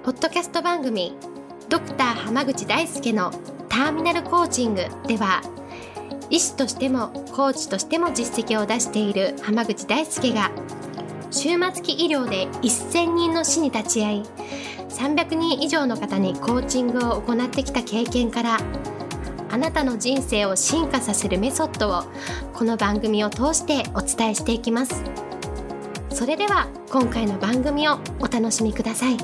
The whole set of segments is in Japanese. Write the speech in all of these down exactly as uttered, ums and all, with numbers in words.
ポッドキャスト番組ドクター濱口大輔のターミナルコーチングでは、医師としてもコーチとしても実績を出している濱口大輔が終末期医療でせんにんの死に立ち会い、さんびゃくにん以上の方にコーチングを行ってきた経験から、あなたの人生を進化させるメソッドをこの番組を通してお伝えしていきます。それでは今回の番組をお楽しみください。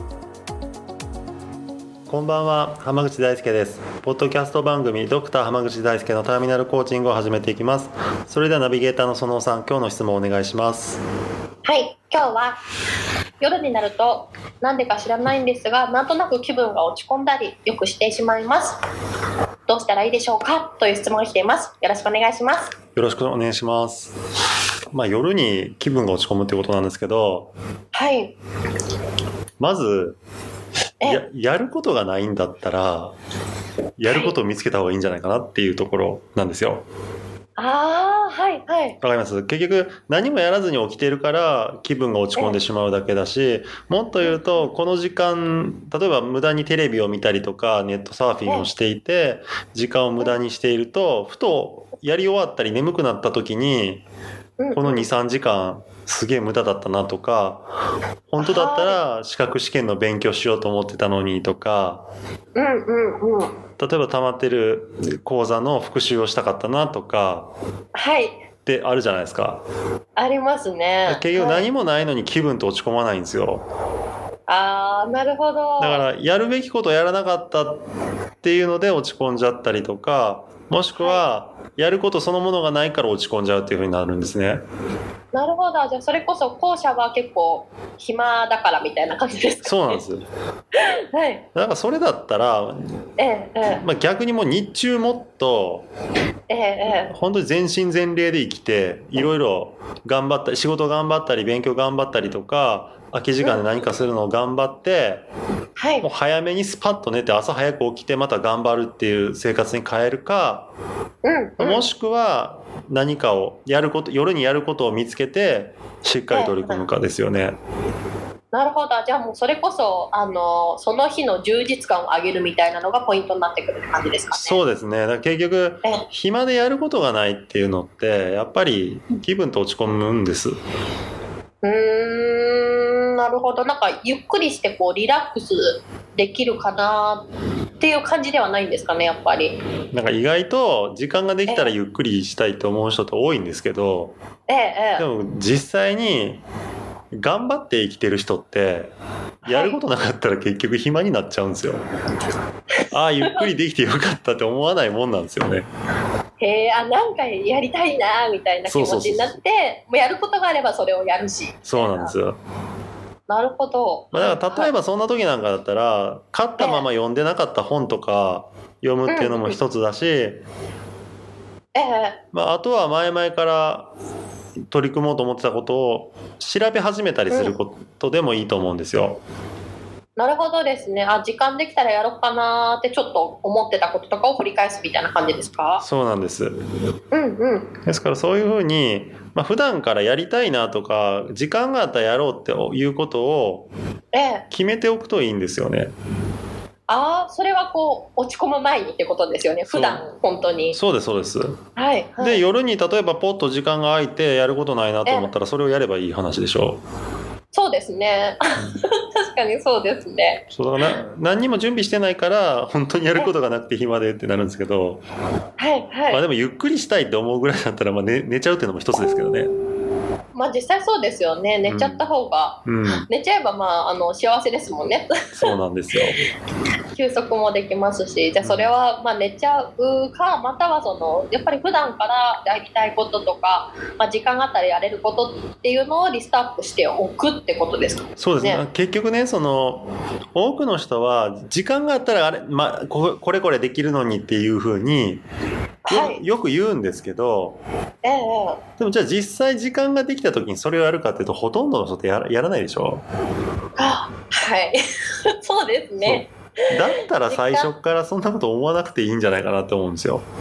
こんばんは、濱口大輔です。ポッドキャスト番組ドクター濱口大輔のターミナルコーチングを始めていきます。それではナビゲーターの園尾さん、今日の質問をお願いします。 はい、今日は夜になるとなんでか知らないんですが、なんとなく気分が落ち込んだりよくしてしまいます。どうしたらいいでしょうかという質問が来ています。よろしくお願いします。 よろしくお願いします。まあ、夜に気分が落ち込むということなんですけど、 はい、 まずや, やることがないんだったらやることを見つけた方がいいんじゃないかなっていうところなんですよ。 ああ、はいはい。 わかります。結局何もやらずに起きてるから気分が落ち込んでしまうだけだし、もっと言うとこの時間、例えば無駄にテレビを見たりとかネットサーフィンをしていて時間を無駄にしていると、ふとやり終わったり眠くなった時にこの にさんじかんすげえ無駄だったなとか、本当だったら資格試験の勉強しようと思ってたのにとか、 うんうんうん、 例えば溜まってる講座の復習をしたかったなとか、 はいってあるじゃないですか。 ありますね。 結局何もないのに気分って落ち込まないんですよ。 ああ、なるほど。 だからやるべきことをやらなかったっていうので落ち込んじゃったりとか、もしくはやることそのものがないから落ち込んじゃうっていう風になるんですね。 なるほど。じゃあそれこそ後者は結構暇だからみたいな感じですかね。 そうなんです。 はい。 だからそれだったら、 ええええ、 まあ、逆にもう日中もっとええええ、 本当に全身全霊で生きて、いろいろ頑張ったり仕事頑張ったり勉強頑張ったりとか、空き時間で何かするのを頑張って、 はい、 もう早めにスパッと寝て朝早く起きてまた頑張るっていう生活に変えるか、 うんうん、 もしくは何かをやること、夜にやることを見つけてしっかり取り組むかですよね。 なるほど。じゃあもうそれこそあのその日の充実感を上げるみたいなのがポイントになってくるって感じですかね。 そうですね。だから結局暇でやることがないっていうのってやっぱり気分と落ち込むんです。 うーん、なるほど。なんかゆっくりしてこうリラックスできるかなっていう感じではないんですかね、やっぱり。 なんか意外と時間ができたらゆっくりしたいと思う人って多いんですけど、 ええええ、 でも実際に頑張って生きてる人ってやることなかったら結局暇になっちゃうんですよ。ああ、ゆっくりできてよかったって思わないもんなんですよね。 へえ、あ、なんかやりたいなみたいな気持ちになって、そうそうそうそう、もうやることがあればそれをやるし。 そうなんですよ。 なるほど。 まあ、だから例えばそんな時なんかだったら、買ったまま読んでなかった本とか読むっていうのも一つだし、 ええ、 まあ、あとは前々から取り組もうと思ってたことを調べ始めたりすることでもいいと思うんですよ。 なるほどですね。あ、時間できたらやろうかなってちょっと思ってたこととかを振り返すみたいな感じですか？ そうなんです。 うんうん。 ですからそういうふうに、まあ、普段からやりたいなとか時間があったらやろうっていうことを決めておくといいんですよね。 ああ、それはこう落ち込む前にってことですよね。普段本当に。 そうですそうです。 はい、はい。 で夜に例えばポッと時間が空いてやることないなと思ったらそれをやればいい話でしょう。 そうですね。確かにそうですね。 そうだからな、何にも準備してないから本当にやることがなくて暇でってなるんですけど、 はいはい。 まあ、でもゆっくりしたいって思うぐらいだったら、まあ 寝, 寝ちゃうっていうのも一つですけどね。 まあ実際そうですよね。寝ちゃった方が、 うんうん、 寝ちゃえばまああの幸せですもんね。 そうなんですよ。 休息もできますし、じゃあそれはまあ寝ちゃうか、またはそのやっぱり普段からやりたいこととか、まあ、時間があったらやれることっていうのをリストアップしておくってことですかね。 そうですね。結局ね、その多くの人は時間があったらあれ、まあ、こ, これこれできるのにっていうふうに よ,、はい、よく言うんですけど、 ええ、 でもじゃあ実際時間ができた時にそれをやるかっていうとほとんどの人ってや ら, やらないでしょ。 あ、はいそうですね。 だったら最初からそんなこと思わなくていいんじゃないかなと思うんですよ。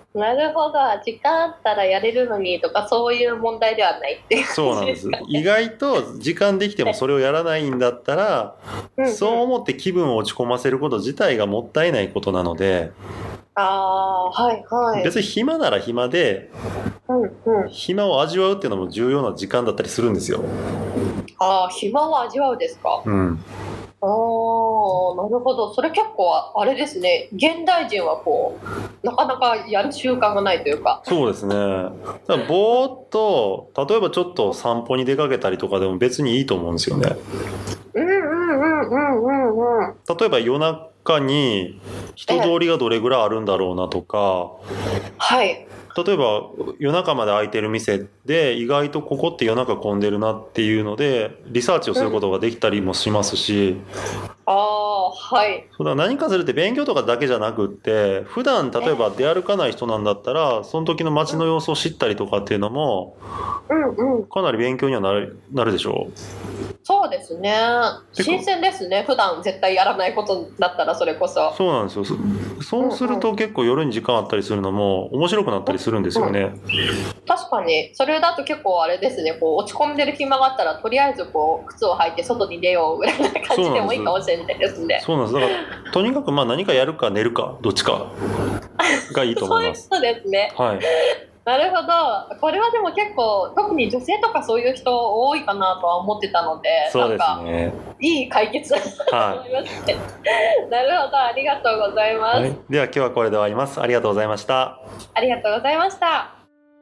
なるほど、時間あったらやれるのにとかそういう問題ではないっていうそうなんです感じかね。 意外と時間できてもそれをやらないんだったら、 うんうんそう思って気分を落ち込ませること自体がもったいないことなので、 ああー、はいはい。 別に暇なら暇でうんうん。 暇を味わうっていうのも重要な時間だったりするんですよ。 ああ、暇を味わうですか。 うんああ、なるほど。それ結構あれですね。現代人はこうなかなかやる習慣がないというか。 そうですね。だからぼーっと例えばちょっと散歩に出かけたりとかでも別にいいと思うんですよね。 うんうんうんうんうんうん。 例えば夜中に人通りがどれぐらいあるんだろうなとか、 はい。 例えば夜中まで開いてる店で意外とここって夜中混んでるなっていうのでリサーチをすることができたりもしますし、 ああ、はい。 そうだ何かするって勉強とかだけじゃなくって普段例えば出歩かない人なんだったらその時の街の様子を知ったりとかっていうのもうんうん。 かなり勉強にはなる、なるでしょう。 そうですね。新鮮ですね。普段絶対やらないことだったらそれこそ。 そうなんですよ。そそうすると結構夜に時間あったりするのも面白くなったりするんですよね。 確かにそれだと結構あれですね。こう落ち込んでる暇があったらとりあえずこう靴を履いて外に出ようぐらいな感じでもいいかもしれないですね。 そうなんです。だからとにかくまあ何かやるか寝るかどっちかがいいと思います。 そういうことですね。 はい。 なるほど。これはでも結構特に女性とかそういう人多いかなとは思ってたので、 そうですなんかね。 いい解決だと思いますね。なるほど、ありがとうございます。 はい。では今日はこれで終わります。ありがとうございました。 ありがとうございました。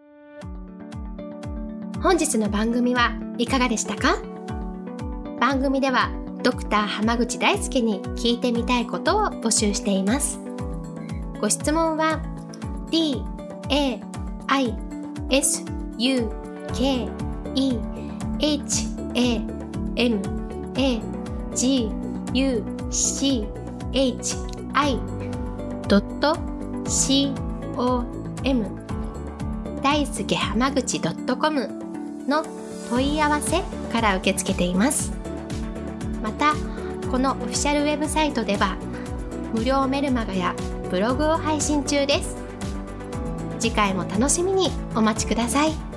本日の番組はいかがでしたか？番組ではドクター濱口大輔に聞いてみたいことを募集しています。ご質問は d a i s u k e h a m a g u c h i ドット c o m 大輔濱口 .com の問い合わせから受け付けています。またこのオフィシャルウェブサイトでは無料メルマガやブログを配信中です。次回も楽しみにお待ちください。